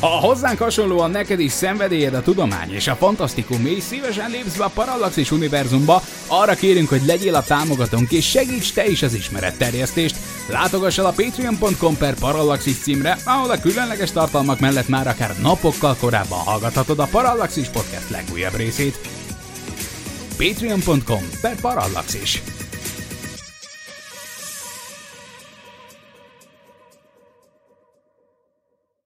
Ha hozzánk hasonlóan neked is szenvedélyed a tudomány és a fantasztikum, és szívesen lépsz be a Parallaxis univerzumba, arra kérünk, hogy legyél a támogatónk és segíts te is az ismeretterjesztést. Látogass el a patreon.com/Parallaxis címre, ahol a különleges tartalmak mellett már akár napokkal korábban hallgathatod a Parallaxis podcast legújabb részét. Patreon.com/Parallaxis